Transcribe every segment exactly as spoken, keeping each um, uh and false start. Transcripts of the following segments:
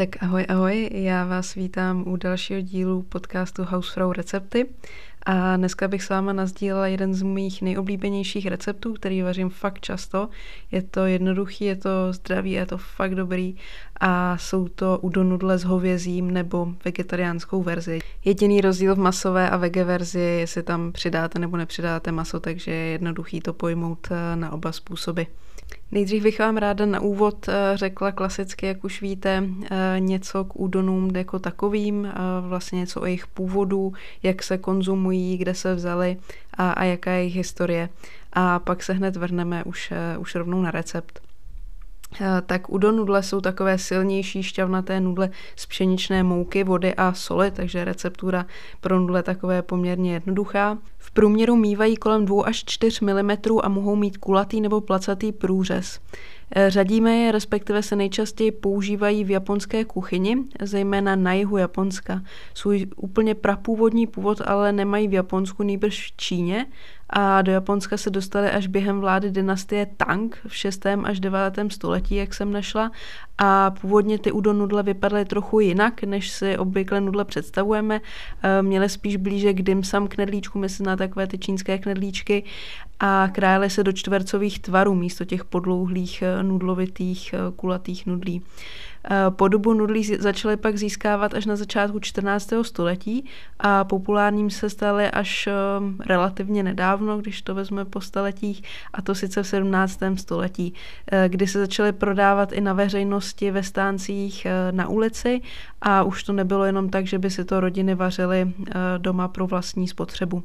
Tak ahoj, ahoj, já vás vítám u dalšího dílu podcastu Hausfrau recepty a dneska bych s váma nasdílela jeden z mých nejoblíbenějších receptů, který vařím fakt často. Je to jednoduchý, je to zdravý, je to fakt dobrý a jsou to udon nudle s hovězím nebo vegetariánskou verzi. Jediný rozdíl v masové a vege verzi je, jestli tam přidáte nebo nepřidáte maso, takže je jednoduchý to pojmout na oba způsoby. Nejdřív bych vám ráda na úvod řekla klasicky, jak už víte, něco k udonům jako takovým, vlastně něco o jejich původu, jak se konzumují, kde se vzaly a, a jaká je jejich historie. A pak se hned vrhneme už, už rovnou na recept. Tak udon nudle jsou takové silnější šťavnaté nudle z pšeničné mouky, vody a soli, takže receptura pro nudle takové je poměrně jednoduchá. V průměru mívají kolem dva až čtyři milimetry a mohou mít kulatý nebo placatý průřez. Řadíme je, respektive se nejčastěji používají v japonské kuchyni, zejména na jihu Japonska. Svůj úplně prapůvodní původ ale nemají v Japonsku, nýbrž v Číně a do Japonska se dostaly až během vlády dynastie Tang v šestém až devátém století, jak jsem našla. A původně ty udon nudle vypadaly trochu jinak, než si obvykle nudle představujeme. Měly spíš blíže k dim sum knedlíčku, myslím na takové ty čínské knedlíčky a krájely se do čtvercových tvarů místo těch podlouhlých nudlovitých kulatých nudlí. Podobu nudlí začaly pak získávat až na začátku čtrnáctého století a populárním se staly až relativně nedávno, když to vezme po staletích, a to sice v sedmnáctém století, kdy se začaly prodávat i na veřejnosti ve stáncích na ulici a už to nebylo jenom tak, že by si to rodiny vařily doma pro vlastní spotřebu.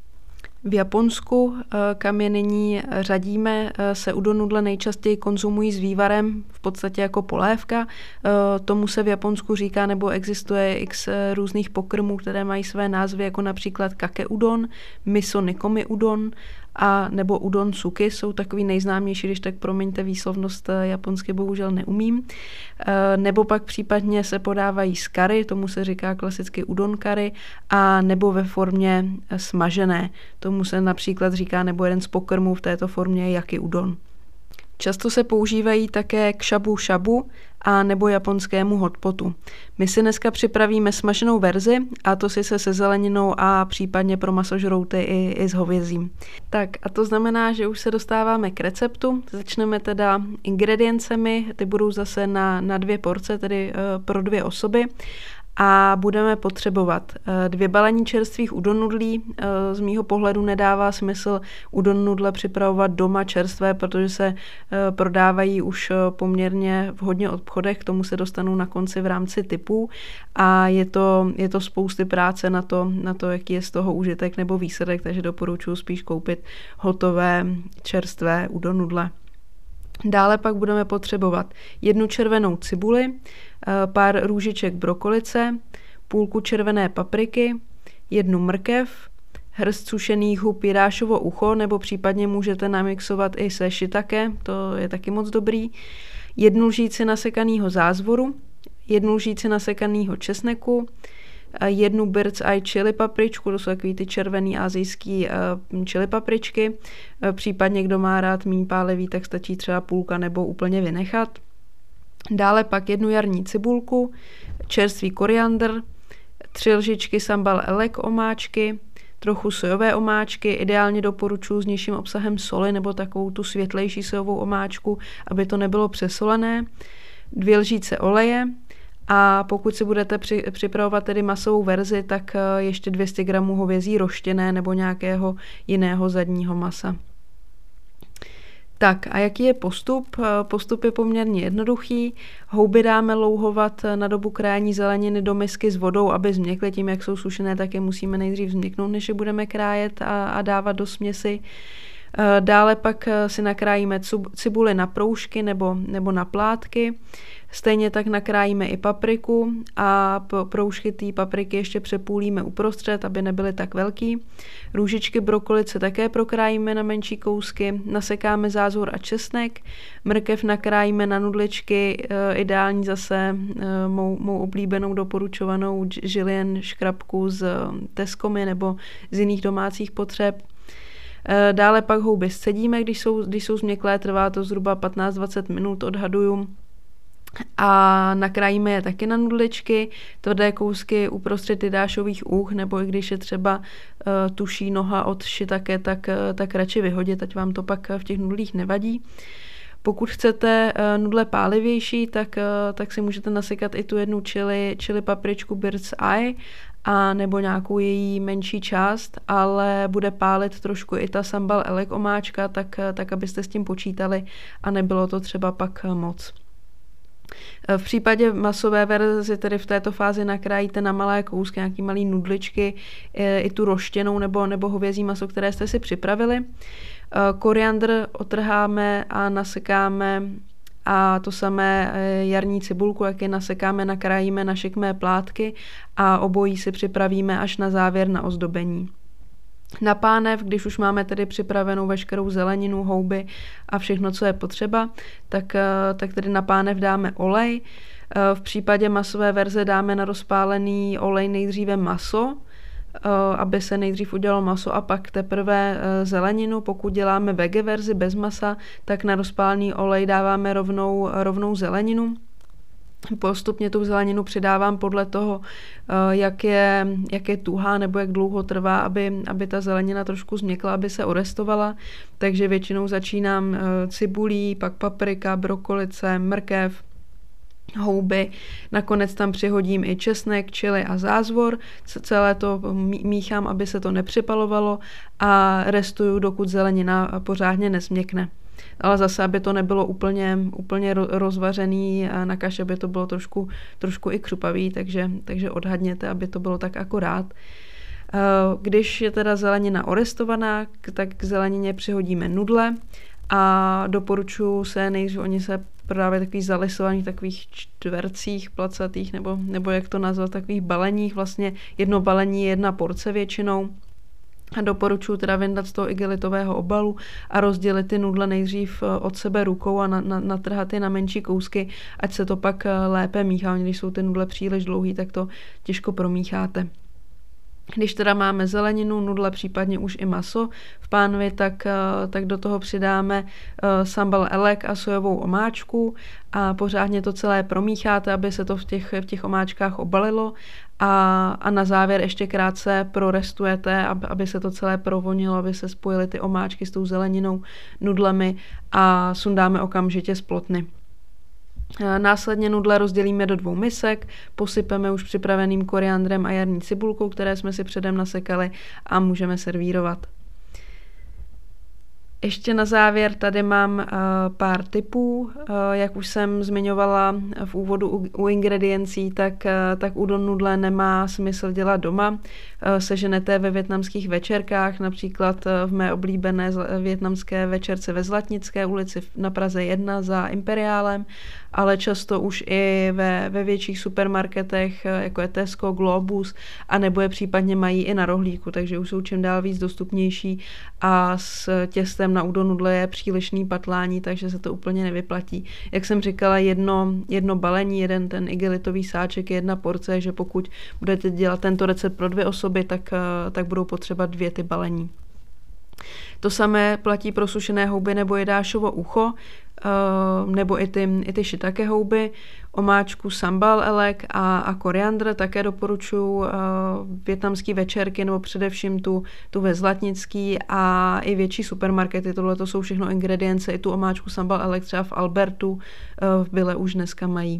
V Japonsku, kam je nyní řadíme, se udon nudle nejčastěji konzumují s vývarem, v podstatě jako polévka. Tomu se v Japonsku říká, nebo existuje x různých pokrmů, které mají své názvy, jako například kake udon, miso nikomi udon, a nebo udon suki jsou takový nejznámější, když tak promiňte, výslovnost japonsky bohužel neumím. Nebo pak případně se podávají s kari, tomu se říká klasicky udon kari, a nebo ve formě smažené. Tomu se například říká, nebo jeden z pokrmů v této formě je yaki udon. Často se používají také k shabu shabu a nebo japonskému hotpotu. My si dneska připravíme smaženou verzi, a to sice se zeleninou a případně pro masožrouty i, i s hovězím. Tak a to znamená, že už se dostáváme k receptu. Začneme teda ingrediencemi, ty budou zase na, na dvě porce, tedy uh, pro dvě osoby. A budeme potřebovat dvě balení čerstvých udon nudlí. Z mýho pohledu nedává smysl udon nudle připravovat doma čerstvé, protože se prodávají už poměrně v hodně obchodech, k tomu se dostanu na konci v rámci tipů a je to, je to spousty práce na to, na to, jaký je z toho užitek nebo výsledek, takže doporučuji spíš koupit hotové čerstvé udon nudle. Dále pak budeme potřebovat jednu červenou cibuli, pár růžiček brokolice, půlku červené papriky, jednu mrkev, hrst sušených hub jirášovo ucho, nebo případně můžete namixovat i se shiitake, to je taky moc dobrý, jednu lžíci nasekaného zázvoru, jednu lžíci nasekaného česneku, jednu bird's eye chili papričku, to jsou takový ty červený asijský chili papričky, případně kdo má rád míň pálivý, tak stačí třeba půlka nebo úplně vynechat. Dále pak jednu jarní cibulku, čerstvý koriandr, tři lžičky sambal elek omáčky, trochu sojové omáčky, ideálně doporučuji s nižším obsahem soli nebo takovou tu světlejší sojovou omáčku, aby to nebylo přesolené, dvě lžíce oleje, a pokud si budete při, připravovat tedy masovou verzi, tak ještě dvě stě gramů hovězí roštěné nebo nějakého jiného zadního masa. Tak a jaký je postup? Postup je poměrně jednoduchý. Houby dáme louhovat na dobu krájení zeleniny do misky s vodou, aby změkly. Tím, jak jsou sušené, tak je musíme nejdřív změknout, než je budeme krájet a, a dávat do směsi. Dále pak si nakrájíme cibuli na proužky nebo, nebo na plátky. Stejně tak nakrájíme i papriku a proužky té papriky ještě přepůlíme uprostřed, aby nebyly tak velký. Růžičky brokolice také prokrájíme na menší kousky, nasekáme zázvor a česnek, mrkev nakrájíme na nudličky, ideální zase mou, mou oblíbenou doporučovanou žilien škrabku z Tescomy nebo z jiných domácích potřeb. Dále pak houby scedíme, když jsou, když jsou změklé, trvá to zhruba patnáct až dvacet minut, odhaduju. A nakrájíme je taky na nudličky, tvrdé kousky uprostřed jidášových úh, nebo i když je třeba uh, tuší noha od shiitake, tak, uh, tak radši vyhodit, ať vám to pak v těch nudlích nevadí. Pokud chcete uh, nudle pálivější, tak, uh, tak si můžete nasekat i tu jednu chili, chili papričku Bird's Eye, a nebo nějakou její menší část, ale bude pálit trošku i ta sambal elek omáčka, tak, tak abyste s tím počítali a nebylo to třeba pak moc. V případě masové verzi, tedy v této fázi nakrájíte na malé kousky, nějaký malý nudličky, i tu roštěnou nebo, nebo hovězí maso, které jste si připravili. Koriandr otrháme a nasekáme a to samé jarní cibulku, jak je nasekáme, nakrájíme na šikmé plátky a obojí si připravíme až na závěr na ozdobení. Na pánev, když už máme tedy připravenou veškerou zeleninu, houby a všechno, co je potřeba, tak, tak tedy na pánev dáme olej. V případě masové verze dáme na rozpálený olej nejdříve maso, aby se nejdřív udělalo maso a pak teprve zeleninu. Pokud děláme vege verzi bez masa, tak na rozpálený olej dáváme rovnou, rovnou zeleninu. Postupně tu zeleninu přidávám podle toho, jak je, jak je tuhá nebo jak dlouho trvá, aby, aby ta zelenina trošku změkla, aby se orestovala. Takže většinou začínám cibulí, pak paprika, brokolice, mrkev, houby. Nakonec tam přihodím i česnek, chili a zázvor. Celé to míchám, aby se to nepřipalovalo a restuju, dokud zelenina pořádně nezměkne. Ale zase, aby to nebylo úplně, úplně rozvařený na kaši, aby to bylo trošku, trošku i křupavý, takže, takže odhadněte, aby to bylo tak akorát. Když je teda zelenina orestovaná, tak k zelenině přihodíme nudle a doporučuji se nejdřív, oni se prodávají takových zalisovaných, takových čtvercích, placatých, nebo, nebo jak to nazvat, takových baleních, vlastně jedno balení je jedna porce většinou. A doporučuji teda vyndat z toho igelitového obalu a rozdělit ty nudle nejdřív od sebe rukou a na, na, natrhat je na menší kousky, ať se to pak lépe míchá. Když jsou ty nudle příliš dlouhý, tak to těžko promícháte. Když teda máme zeleninu, nudle, případně už i maso v pánvi, tak, tak do toho přidáme sambal elek a sojovou omáčku a pořádně to celé promícháte, aby se to v těch, v těch omáčkách obalilo a, a na závěr ještě krátce prorestujete, aby, aby se to celé provonilo, aby se spojily ty omáčky s tou zeleninou, nudlemi a sundáme okamžitě z plotny. Následně nudle rozdělíme do dvou misek, posypeme už připraveným koriandrem a jarní cibulkou, které jsme si předem nasekali a můžeme servírovat. Ještě na závěr tady mám uh, pár tipů. Uh, jak už jsem zmiňovala v úvodu u, u ingrediencí, tak, uh, tak udon nudle nemá smysl dělat doma. Uh, seženete ve vietnamských večerkách, například uh, v mé oblíbené vietnamské večerce ve Zlatnické ulici na Praze jedna za Imperiálem, ale často už i ve, ve větších supermarketech, jako je Tesco, Globus, a nebo je případně mají i na rohlíku, takže už jsou čím dál víc dostupnější a s těstem na udon nudle je přílišný patlání, takže se to úplně nevyplatí. Jak jsem říkala, jedno, jedno balení, jeden ten igelitový sáček, jedna porce, že pokud budete dělat tento recept pro dvě osoby, tak, tak budou potřeba dvě ty balení. To samé platí pro sušené houby nebo jedášovo ucho, nebo i ty, i ty shiitake houby, omáčku sambal elek a, a koriandr. Také doporučuji vietnamský večerky nebo především tu, tu ve Zlatnický a i větší supermarkety. Tohle to jsou všechno ingredience, i tu omáčku sambal elek třeba v Albertu v Bille už dneska mají.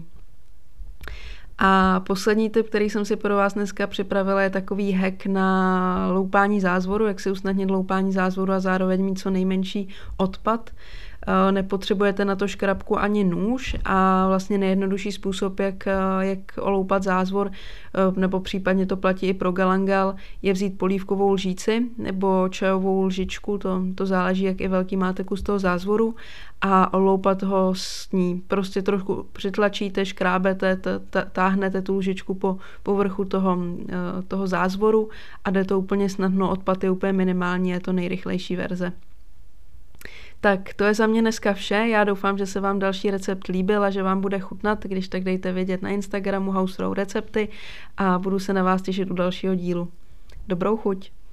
A poslední tip, který jsem si pro vás dneska připravila, je takový hack na loupání zázvoru, jak si usnadnit loupání zázvoru a zároveň mít co nejmenší odpad. Nepotřebujete na to škrabku ani nůž a vlastně nejjednodušší způsob, jak, jak oloupat zázvor, nebo případně to platí i pro galangal, je vzít polívkovou lžíci nebo čajovou lžičku, to, to záleží, jak i velký máte kus toho zázvoru, a oloupat ho s ní. Prostě trošku přitlačíte, škrábete, táhnete tu lžičku po povrchu toho, toho zázvoru a jde to úplně snadno, odpad je úplně minimální, je to nejrychlejší verze. Tak to je za mě dneska vše. Já doufám, že se vám další recept líbil a že vám bude chutnat, když tak dejte vědět na Instagramu House Row Recepty a budu se na vás těšit u dalšího dílu. Dobrou chuť!